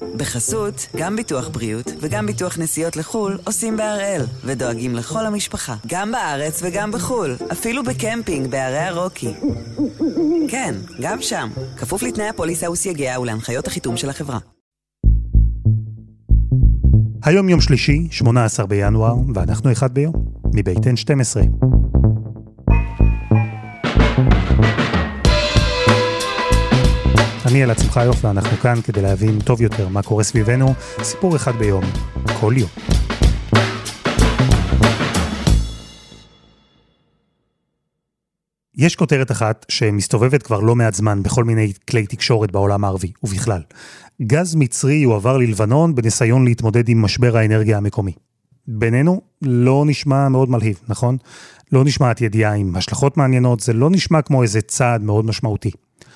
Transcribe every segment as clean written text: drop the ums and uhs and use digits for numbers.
בחסות, גם ביטוח בריאות וגם ביטוח נסיעות לחול עושים בהראל, ודואגים לכל המשפחה, גם בארץ וגם בחול, אפילו בקמפינג בערי הרוקי. כן, גם שם, כפוף לתנאי הפוליסה וסייגיה ולהנחיות החיתום של החברה. היום יום שלישי, 18 בינואר, ואנחנו אחד ביום, מבית N12. אני אלעד שמחיוף, ואנחנו כאן כדי להבין טוב יותר מה קורה סביבנו, סיפור אחד ביום, כל יום. יש כותרת אחת שמסתובבת כבר לא מעט זמן בכל מיני כלי תקשורת בעולם הערבי, ובכלל. גז מצרי יועבר ללבנון בניסיון להתמודד עם משבר האנרגיה המקומי. בינינו לא נשמע מאוד מלהיב, נכון? לא נשמעת ידיעה עם השלכות מעניינות, זה לא נשמע כמו איזה צעד מאוד משמעותי.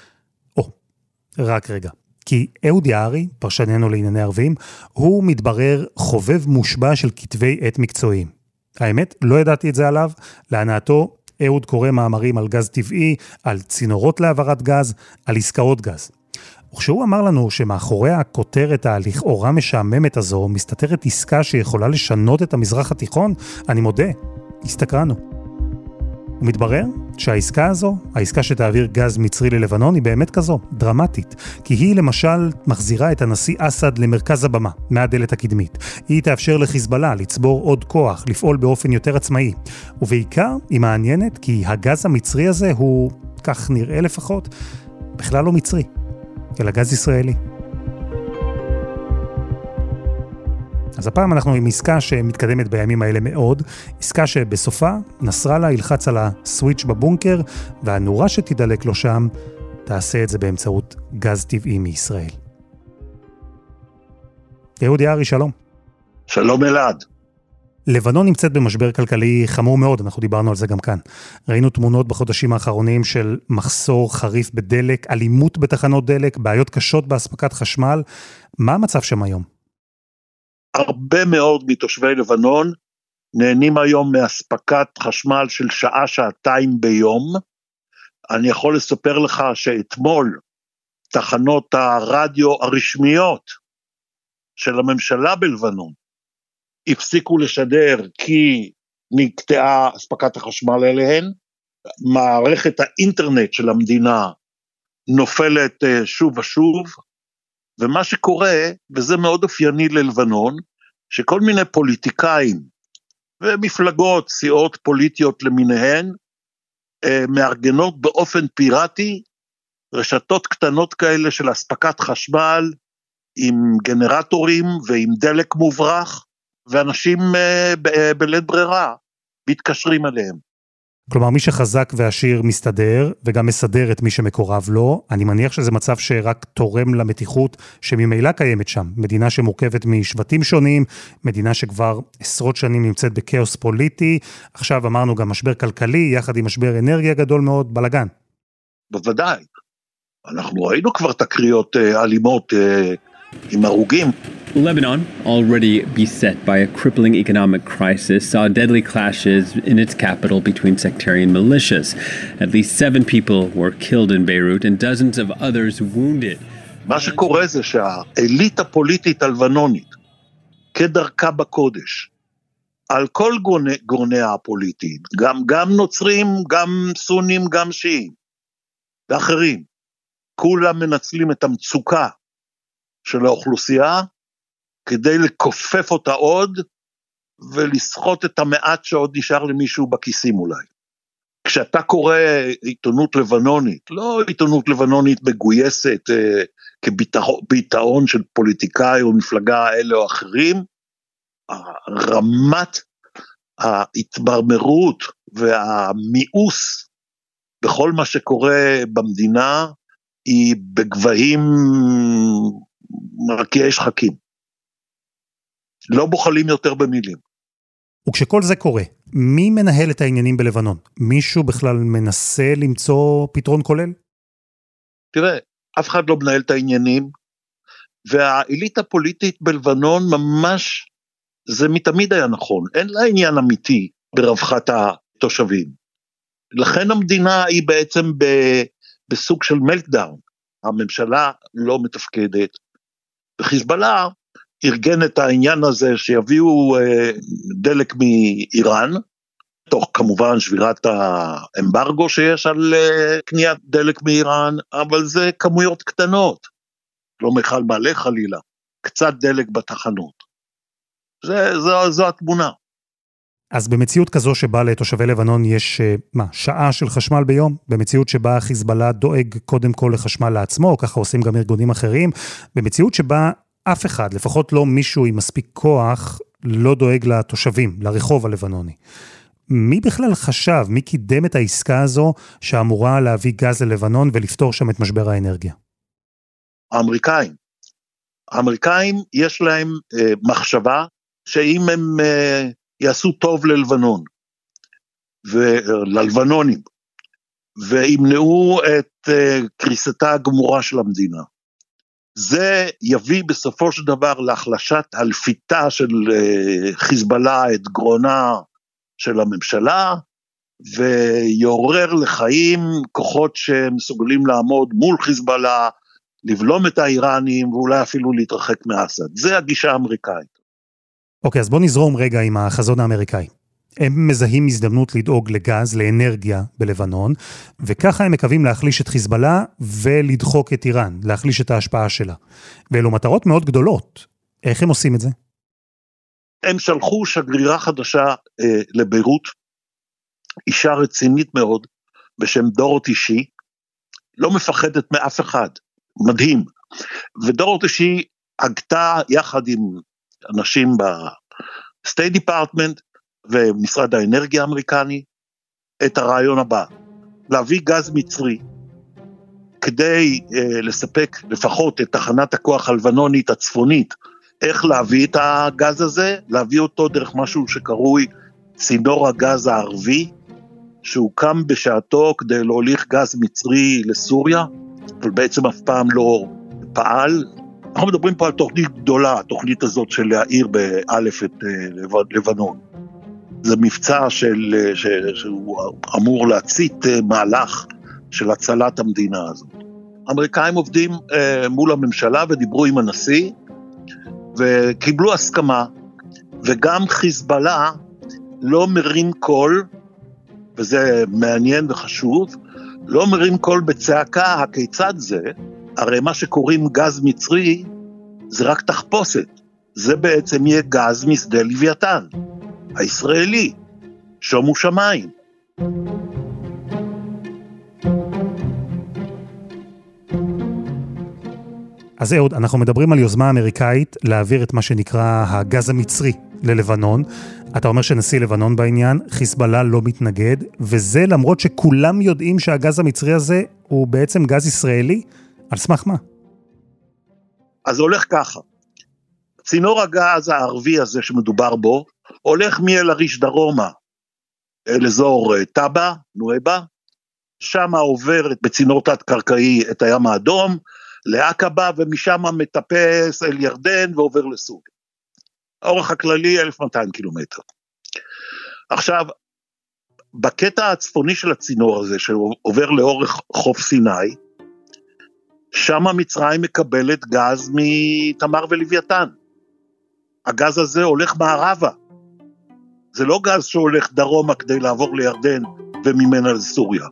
רק רגע. כי אהוד יערי, פרשננו לענייני ערבים, הוא מתברר חובב מושבע של כתבי עת מקצועיים. האמת, לא ידעתי את זה עליו, להנאתו אהוד קורא מאמרים על גז טבעי, על צינורות להעברת גז, על עסקאות גז. וכשהוא אמר לנו שמאחורי הכותרת הלכאורה משעממת הזו, מסתתרת עסקה שיכולה לשנות את המזרח התיכון, אני מודה, הסתקרנו. ומתברר שהעסקה הזו, העסקה שתעביר גז מצרי ללבנון, היא באמת כזו, דרמטית. כי היא למשל מחזירה את הנשיא אסד למרכז הבמה, מהדלת הקדמית. היא תאפשר לחיזבאללה לצבור עוד כוח, לפעול באופן יותר עצמאי. ובעיקר היא מעניינת כי הגז המצרי הזה הוא, כך נראה לפחות, בכלל לא מצרי, אלא גז ישראלי. אז הפעם אנחנו עם עסקה שמתקדמת בימים האלה מאוד, עסקה שבסופה נסראללה ילחץ על הסוויץ' בבונקר, והנורה שתדלק לו שם תעשה את זה באמצעות גז טבעי מישראל. אהוד יערי, שלום. שלום אלעד. לבנון נמצאת במשבר כלכלי חמור מאוד, אנחנו דיברנו על זה גם כאן. ראינו תמונות בחודשים האחרונים של מחסור חריף בדלק, אלימות בתחנות דלק, בעיות קשות באספקת חשמל. מה המצב שם היום? הרבה מאוד מתושבי לבנון נהנים היום מאספקת חשמל של שעה-שעתיים ביום. אני יכול לספר לך שאתמול תחנות הרדיו הרשמיות של הממשלה בלבנון הפסיקו לשדר כי נקטעה אספקת החשמל אליהן. מערכת האינטרנט של המדינה נופלת שוב ושוב, ומה שקורה, וזה מאוד אופייני ללבנון, שכל מיני פוליטיקאים ומפלגות, סיעות פוליטיות למיניהן, מארגנות באופן פיראטי, רשתות קטנות כאלה של אספקת חשמל, עם גנרטורים ועם דלק מוברח, ואנשים בלית ברירה מתקשרים אליהם. כלומר, מי שחזק ועשיר מסתדר, וגם מסדר את מי שמקורב לו. אני מניח שזה מצב שרק תורם למתיחות שממילא קיימת שם. מדינה שמורכבת משבטים שונים, מדינה שכבר עשרות שנים נמצאת בקאוס פוליטי, עכשיו אמרנו גם משבר כלכלי, יחד עם משבר אנרגיה גדול מאוד, בלגן. בוודאי. אנחנו ראינו כבר תקריות אלימות עם הרוגים. Lebanon, already beset by a crippling economic crisis, saw deadly clashes in its capital between sectarian militias. At least 7 people were killed in Beirut and dozens of others wounded. מה שקורה זה שהאליטה הפוליטית הלבנונית, כדרכה בקודש, על כל גורניה הפוליטית, גם נוצרים, גם סונים, גם שיעים, ואחרים, כולם מנצלים את המצוקה של האוכלוסייה, כדי לקופף אותה עוד, ולסחוט את המעט שעוד נשאר למישהו בכיסים אולי. כשאתה קורא עיתונות לבנונית, לא עיתונות לבנונית מגויסת, כביטאון של פוליטיקאי או מפלגה אלה או אחרים, רמת ההתברמרות והמיאוס, בכל מה שקורה במדינה, היא בגבהים מרקיעי שחקים. לא בוחלים יותר במילים. וכשכל זה קורה, מי מנהל את העניינים בלבנון? מישהו בכלל מנסה למצוא פתרון כולל? תראה, אף אחד לא מנהל את העניינים, והאליטה הפוליטית בלבנון ממש, זה מתמיד היה נכון, אין לה עניין אמיתי ברווחת התושבים. לכן המדינה היא בעצם בסוג של מלטדאון, הממשלה לא מתפקדת, וחיזבאללה ארגן את העניין הזה שיביאו דלק מאיראן, תוך כמובן שבירת האמברגו שיש על קניית דלק מאיראן, אבל זה כמויות קטנות, לא מכל מלא חלילה, קצת דלק בתחנות. זו התמונה. אז במציאות כזו שבה לתושבי לבנון יש, שעה של חשמל ביום, במציאות שבה חיזבאללה דואג קודם כל לחשמל לעצמו, ככה עושים גם ארגונים אחרים, במציאות שבה אף אחד, לפחות לא מישהו עם מספיק כוח, לא דואג לתושבים, לרחוב הלבנוני. מי בכלל חשב, מי קידם את העסקה הזו שאמורה להביא גז ללבנון ולפתור שם את משבר האנרגיה? האמריקאים יש להם מחשבה שאם הם יעשו טוב ללבנון וללבנונים וימנעו את קריסתה הגמורה של המדינה, זה יביא בסופו של דבר להחלשת הלפיתה של חיזבאללה את גרונה של הממשלה, ויעורר לחיים כוחות שמסוגלים לעמוד מול חיזבאללה, לבלום את האיראנים, ואולי אפילו להתרחק מאסד. זה הגישה האמריקאית. אוקיי, אז בוא נזרום רגע עם החזון האמריקאי. הם מזהים הזדמנות לדאוג לגז, לאנרגיה בלבנון, וככה הם מקווים להחליש את חיזבאללה ולדחוק את איראן, להחליש את ההשפעה שלה. ואלו מטרות מאוד גדולות. איך הם עושים את זה? הם שלחו שגרירה חדשה לביירות, אישה רצינית מאוד, בשם דורותי שי, לא מפחדת מאף אחד, מדהים. ודורותי שי הגתה יחד עם אנשים בסטייט דיפרטמנט, ומשרד האנרגיה האמריקני, את הרעיון הבא, להביא גז מצרי, כדי לספק לפחות את תחנת הכוח הלבנונית הצפונית, איך להביא את הגז הזה, להביא אותו דרך משהו שקרוי צינור הגז הערבי, שהוקם בשעתו כדי להוליך גז מצרי לסוריה, אבל בעצם אף פעם לא פעל. אנחנו מדברים פה על תוכנית גדולה, התוכנית הזאת של להעיר באלף את לבנון. זה מבצע שהוא אמור להצית מהלך של הצלת המדינה הזאת. האמריקאים עובדים מול הממשלה ודיברו עם הנשיא, וקיבלו הסכמה, וגם חיזבאללה לא מרים קול, וזה מעניין וחשוב, לא מרים קול בצעקה, הכיצד זה, הרי מה שקוראים גז מצרי, זה רק תחפושת, זה בעצם יהיה גז משדה לוויתן, הישראלי, שומו שמיים. אז אהוד, אנחנו מדברים על יוזמה אמריקאית להעביר את מה שנקרא הגז המצרי ללבנון. אתה אומר שנשיא לבנון בעניין, חיזבאללה לא מתנגד, וזה למרות שכולם יודעים שהגז המצרי הזה הוא בעצם גז ישראלי, על סמך מה? אז זה הולך ככה, צינור הגז הערבי הזה שמדובר בו, הולך מאל הריש דרומה, אל אזור טאבה, נואבה, שם עובר בצינור תת-קרקעי את הים האדום, לעקבה, ומשם מטפס אל ירדן ועובר לסוריה. האורך הכללי 1200 קילומטר. עכשיו, בקטע הצפוני של הצינור הזה, שעובר לאורך חוף סיני, שם מצרים מקבלת גז מתמר ולוויתן. הגז הזה הולך מערבה. זה לא גז שהולך דרומה כדי לעבור לירדן וממנה לסוריה.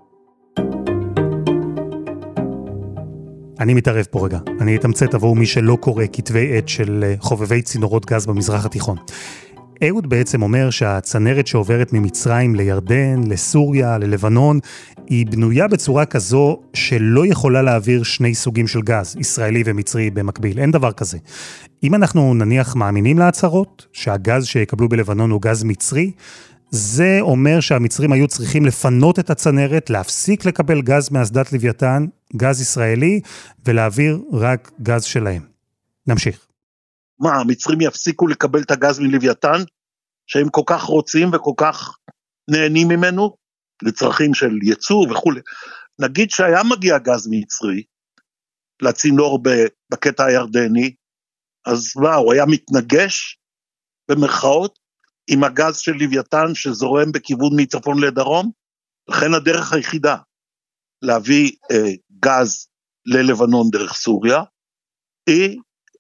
אני מתערב פה רגע. אני אתמצת עבור מי שלא קורא כתבי עת של חובבי צינורות גז במזרח התיכון. אהוד בעצם אומר שהצנרת שעוברת ממצרים לירדן, לסוריה, ללבנון, היא בנויה בצורה כזו שלא יכולה להעביר שני סוגים של גז, ישראלי ומצרי במקביל. אין דבר כזה. אם אנחנו נניח מאמינים להצהרות, שהגז שיקבלו בלבנון הוא גז מצרי, זה אומר שהמצרים היו צריכים לפנות את הצנרת, להפסיק לקבל גז מאסדת לוויתן, גז ישראלי, ולהעביר רק גז שלהם. נמשיך. מה, המצרים יפסיקו לקבל את הגז מלוויתן, שהם כל כך רוצים וכל כך נהנים ממנו, לצרכים של ייצוא וכו'. נגיד שהיה מגיע גז מצרי, לצינור בקטע הירדני, אז מה, הוא היה מתנגש, במרכאות, עם הגז של לוויתן שזורם בכיוון מצפון לדרום, לכן הדרך היחידה להביא גז ללבנון דרך סוריה, היא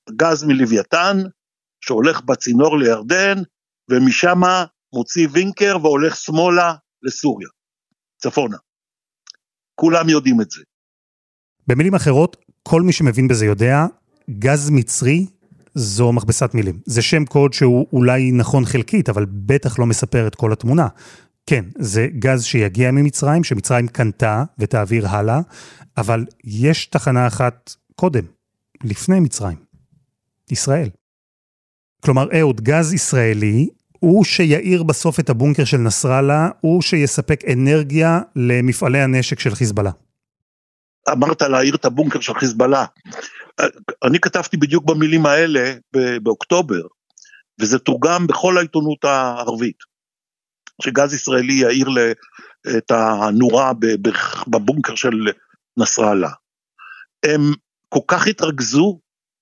גז מלוויתן, שהולך בצינור לירדן, ומשם מוציא וינקר והולך שמאלה לסוריה, צפונה. כולם יודעים את זה. במילים אחרות, כל מי שמבין בזה יודע, גז מצרי זו מכבסת מילים. זה שם קוד שהוא אולי נכון חלקית, אבל בטח לא מספר את כל התמונה. כן, זה גז שיגיע ממצרים, שמצרים קנתה ותעביר הלאה, אבל יש תחנה אחת קודם, לפני מצרים. ישראל. כלומר, אהוד, גז ישראלי, הוא שיעיר בסוף את הבונקר של נסראללה, הוא שיספק אנרגיה למפעלי הנשק של חיזבאללה. אמרת להעיר את הבונקר של חיזבאללה. אני כתבתי בדיוק במילים האלה באוקטובר, וזה תורגם בכל העיתונות הערבית, שגז ישראלי יעיר את הנורה בבונקר של נסראללה. הם כל כך התרכזו,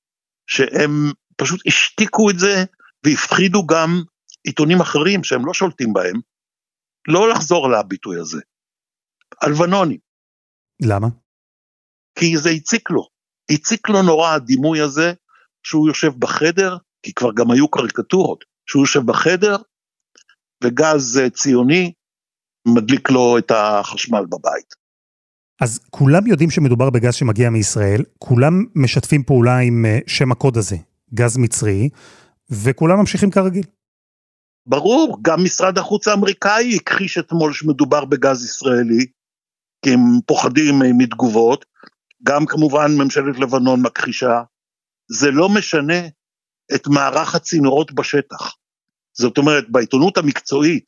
שהם פשוט השתיקו את זה, והפחידו גם עיתונים אחרים שהם לא שולטים בהם, לא לחזור לביטוי הזה. הלבנונים. למה? כי זה הציק לו נורא הדימוי הזה, שהוא יושב בחדר, כי כבר גם היו קריקטורות, שהוא יושב בחדר, וגז ציוני מדליק לו את החשמל בבית. אז כולם יודעים שמדובר בגז שמגיע מישראל, כולם משתפים פעולה עם שם הקוד הזה, גז מצרי, וכולם ממשיכים כרגיל. ברור, גם משרד החוץ האמריקאי הכחיש אתמול שמדובר בגז ישראלי, כי הם פוחדים מתגובות, גם כמובן ממשלת לבנון מכחישה, זה לא משנה את מערך הצינורות בשטח. זאת אומרת, בעיתונות המקצועית,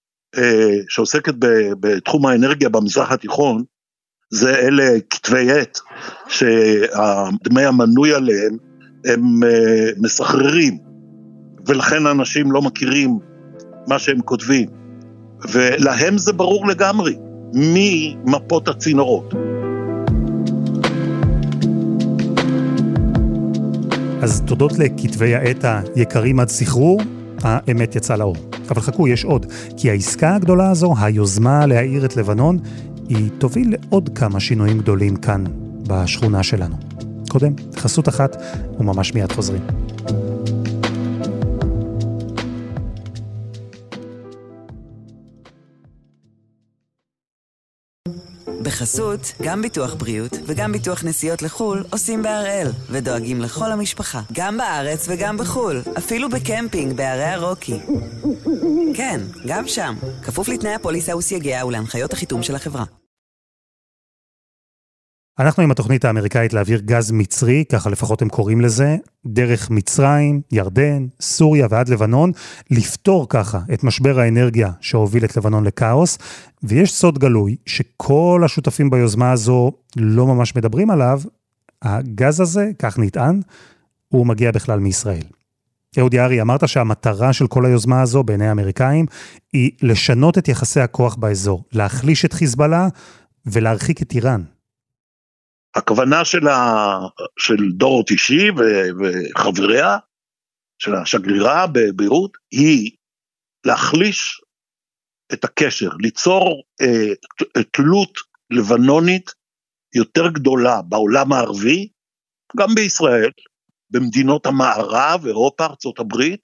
שעוסקת בתחום האנרגיה במזרח התיכון, זה אלה כתבי עת, שדמי המנוי עליהם הם מסחררים, ולכן אנשים לא מכירים מה שהם כותבים, ולהם זה ברור לגמרי, ממפות הצינורות. אז תודות לכתבי העת היקרים עד סחרור, האמת יצאה לאור. אבל חכו, יש עוד, כי העסקה הגדולה הזו, היוזמה להעיר את לבנון, היא תוביל לעוד כמה שינויים גדולים כאן, בשכונה שלנו. קודם, חסות אחת, וממש מיד חוזרים. בחסות, גם ביטוח בריאות וגם ביטוח נסיעות לחול עושים בהראל, ודואגים לכל המשפחה, גם בארץ וגם בחול, אפילו בקמפינג בערי הרוקי. כן, גם שם, כפוף לתנאי הפוליסה וסייגיה ולהנחיות החיתום של החברה. אנחנו עם התוכנית האמריקאית להעביר גז מצרי, ככה לפחות הם קוראים לזה, דרך מצרים, ירדן, סוריה ועד לבנון, לפתור ככה את משבר האנרגיה שהוביל את לבנון לקאוס, ויש סוד גלוי שכל השותפים ביוזמה הזו לא ממש מדברים עליו, הגז הזה, כך נטען, הוא מגיע בכלל מישראל. אהוד יערי, אמרת שהמטרה של כל היוזמה הזו בעיני האמריקאים, היא לשנות את יחסי הכוח באזור, להחליש את חיזבאללה ולהרחיק את איראן. הכוונה של דורות אישי וחבריה, של השגרירה בביירות, היא להחליש את הקשר, ליצור תלות לבנונית יותר גדולה בעולם הערבי, גם בישראל, במדינות המערב, אירופה, ארצות הברית,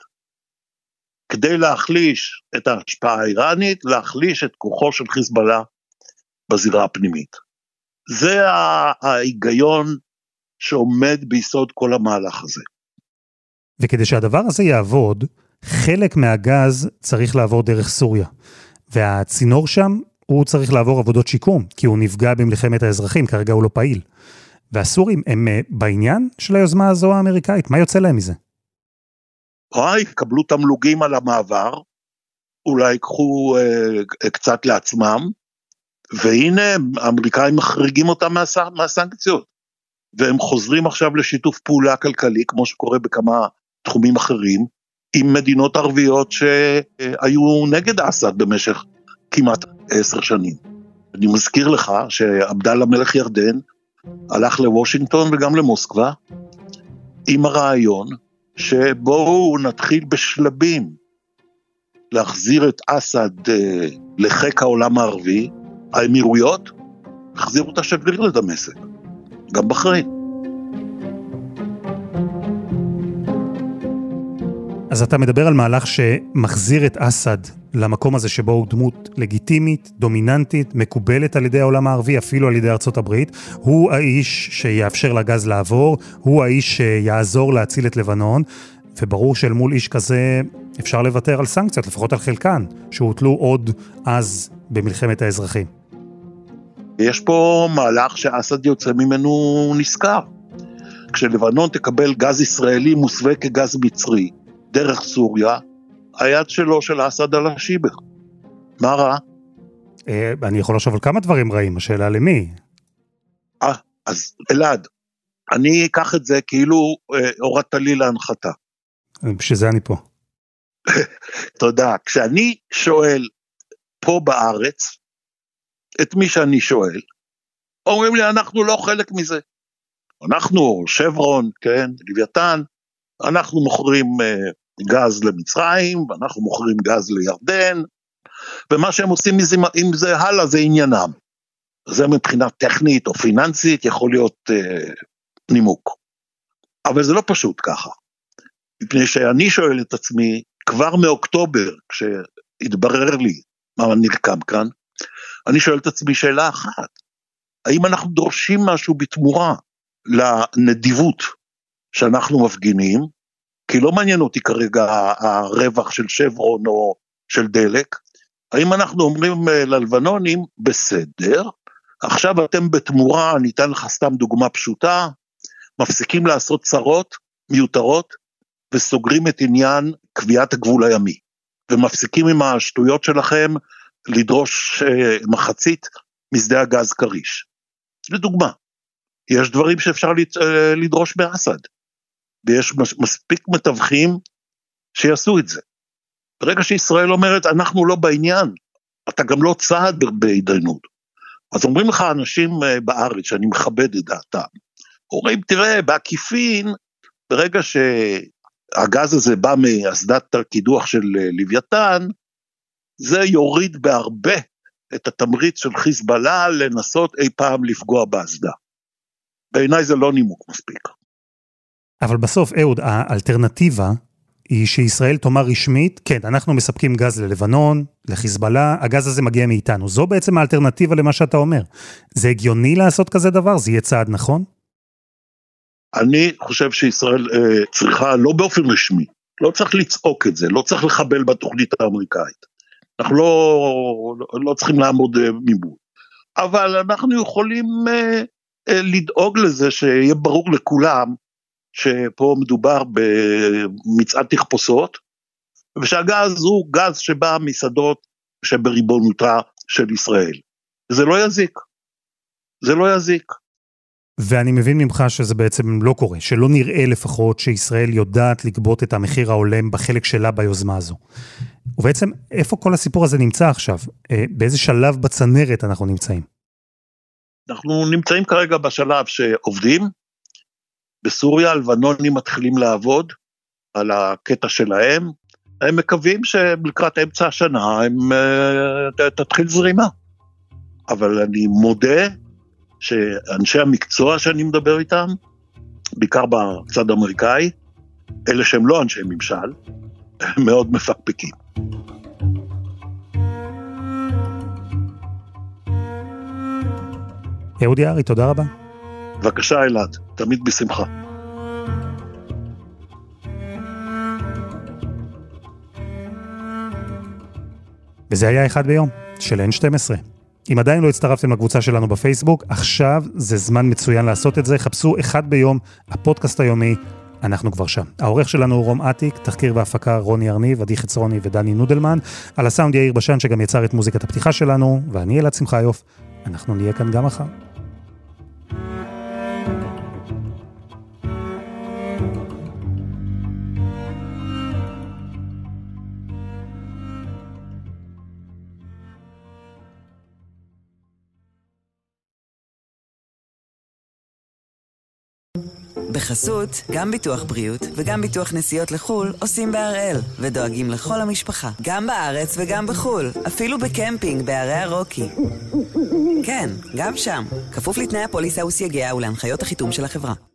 כדי להחליש את ההשפעה האיראנית, להחליש את כוחו של חיזבאללה בזירה הפנימית. זה ההיגיון שעומד ביסוד כל המהלך הזה. וכדי שהדבר הזה יעבוד, חלק מהגז צריך לעבור דרך סוריה. והצינור שם, הוא צריך לעבור עבודות שיקום, כי הוא נפגע במלחמת האזרחים, כרגע הוא לא פעיל. והסורים הם בעניין של היוזמה הזו האמריקאית, מה יוצא להם מזה? קבלו תמלוגים על המעבר, אולי יקחו קצת לעצמם, והנה האמריקאים מחריגים אותם מהסנקציות, והם חוזרים עכשיו לשיתוף פעולה כלכלי, כמו שקורה בכמה תחומים אחרים, עם מדינות ערביות שהיו נגד אסד במשך כמעט 10 שנים. אני מזכיר לך שעבדאללה מלך ירדן הלך לוושינגטון וגם למוסקבה, עם הרעיון שבואו נתחיל בשלבים להחזיר את אסד לחיק העולם הערבי, האמירויות החזירו את השגריר לדמשק, גם בחריין. אז אתה מדבר על מהלך שמחזיר את אסד למקום הזה שבו הוא דמות לגיטימית, דומיננטית, מקובלת על ידי העולם הערבי, אפילו על ידי ארצות הברית. הוא האיש שיאפשר לגז לעבור, הוא האיש שיעזור להציל את לבנון, וברור שאל מול איש כזה אפשר לוותר על סנקציות, לפחות על חלקן, שהוטלו עוד אז במלחמת האזרחים. יש פה מהלך שאסד יוצא ממנו נזכר. כשלבנון תקבל גז ישראלי מוסווה כגז מצרי, דרך סוריה, היד שלו של אסד על השיבר. מה רע? אני יכול לחשוב על כמה דברים רעים, השאלה למי? אז אלעד, אני אקח את זה כאילו הורדת לי להנחתה. בשביל זה אני פה. תודה. כשאני שואל פה בארץ, את מי שאני שואל, אומרים לי, אנחנו לא חלק מזה. אנחנו, שברון, כן, לוויתן, אנחנו מוכרים גז למצרים, ואנחנו מוכרים גז לירדן, ומה שהם עושים עם זה הלאה, זה עניינם. זה מבחינה טכנית או פיננסית, יכול להיות נימוק. אבל זה לא פשוט ככה. מפני שאני שואל את עצמי, כבר מאוקטובר, כשהתברר לי מה נרקם כאן, אני שואל את עצמי שאלה אחת, האם אנחנו דורשים משהו בתמורה לנדיבות שאנחנו מפגינים, כי לא מעניין אותי כרגע הרווח של שברון או של דלק, האם אנחנו אומרים ללבנונים, בסדר, עכשיו אתם בתמורה, אני אתן לך סתם דוגמה פשוטה, מפסיקים לעשות צרות מיותרות, וסוגרים את עניין קביעת הגבול הימי, ומפסיקים עם השטויות שלכם, לדרוש מחצית משדה הגז קריש. זה דוגמה. יש דברים שאפשר לדרוש מאסד, ויש מספיק מתווכים שיעשו את זה. ברגע שישראל אומרת, אנחנו לא בעניין, אתה גם לא צעד בהתדיינות. אז אומרים לך אנשים בארץ, שאני מכבד את דעתם, אומרים, תראה, בעקיפין, ברגע שהגז הזה בא מאסדת קידוח של לוויתן, זה יוריד בהרבה את התמריץ של חיזבאללה לנסות אי פעם לפגוע באסדה. בעיניי זה לא נימוק מספיק. אבל בסוף, אהוד, האלטרנטיבה היא שישראל תאמר רשמית, כן, אנחנו מספקים גז ללבנון, לחיזבאללה, הגז הזה מגיע מאיתנו. זו בעצם האלטרנטיבה למה שאתה אומר. זה הגיוני לעשות כזה דבר? זה יהיה צעד נכון? אני חושב שישראל צריכה, לא באופן רשמי, לא צריך לצעוק את זה, לא צריך לחבל בתוכנית האמריקאית. אנחנו לא צריכים לעמוד ממול. אבל אנחנו יכולים לדאוג לזה שיהיה ברור לכולם, שפה מדובר במצעד תחפושות, ושהגז הוא גז שבא משדות שבריבונותה של ישראל. זה לא יזיק. זה לא יזיק. ואני מבין ממך שזה בעצם לא קורה, שלא נראה לפחות שישראל יודעת לגבות את המחיר העולם בחלק שלה ביוזמה הזו. ובעצם איפה כל הסיפור הזה נמצא עכשיו? באיזה שלב בצנרת אנחנו נמצאים? אנחנו נמצאים כרגע בשלב שעובדים, בסוריה הלבנונים מתחילים לעבוד על הקטע שלהם, הם מקווים שלקראת אמצע השנה הם תתחיל זרימה. אבל אני מודה שאנשי המקצוע שאני מדבר איתם, בעיקר בצד האמריקאי, אלה שהם לא אנשי ממשל, הם מאוד מפקפקים. אהוד יערי, תודה רבה. בבקשה אלעד, תמיד בשמחה. וזה היה אחד ביום, של N12. אם עדיין לא הצטרפתם לקבוצה שלנו בפייסבוק, עכשיו זה זמן מצוין לעשות את זה. חפשו אחד ביום, הפודקאסט היומי, אנחנו כבר שם. העורך שלנו הוא רום עתיק, תחקיר והפקה רוני ארניב, עדי חצרוני ודני נודלמן, על הסאונד יאיר בשן שגם יצר את מוזיקת הפתיחה שלנו, ואני אלעד שמחיוף, אנחנו נהיה כאן גם מחר. בחסות, גם ביטוח בריאות וגם ביטוח נסיעות לחול עושים בהראל ודואגים לכל המשפחה, גם בארץ וגם בחול, אפילו בקמפינג בערי הרוקי. כן, גם שם, כפוף לתנאי הפוליסה וסייגיה ולהנחיות החיתום של החברה.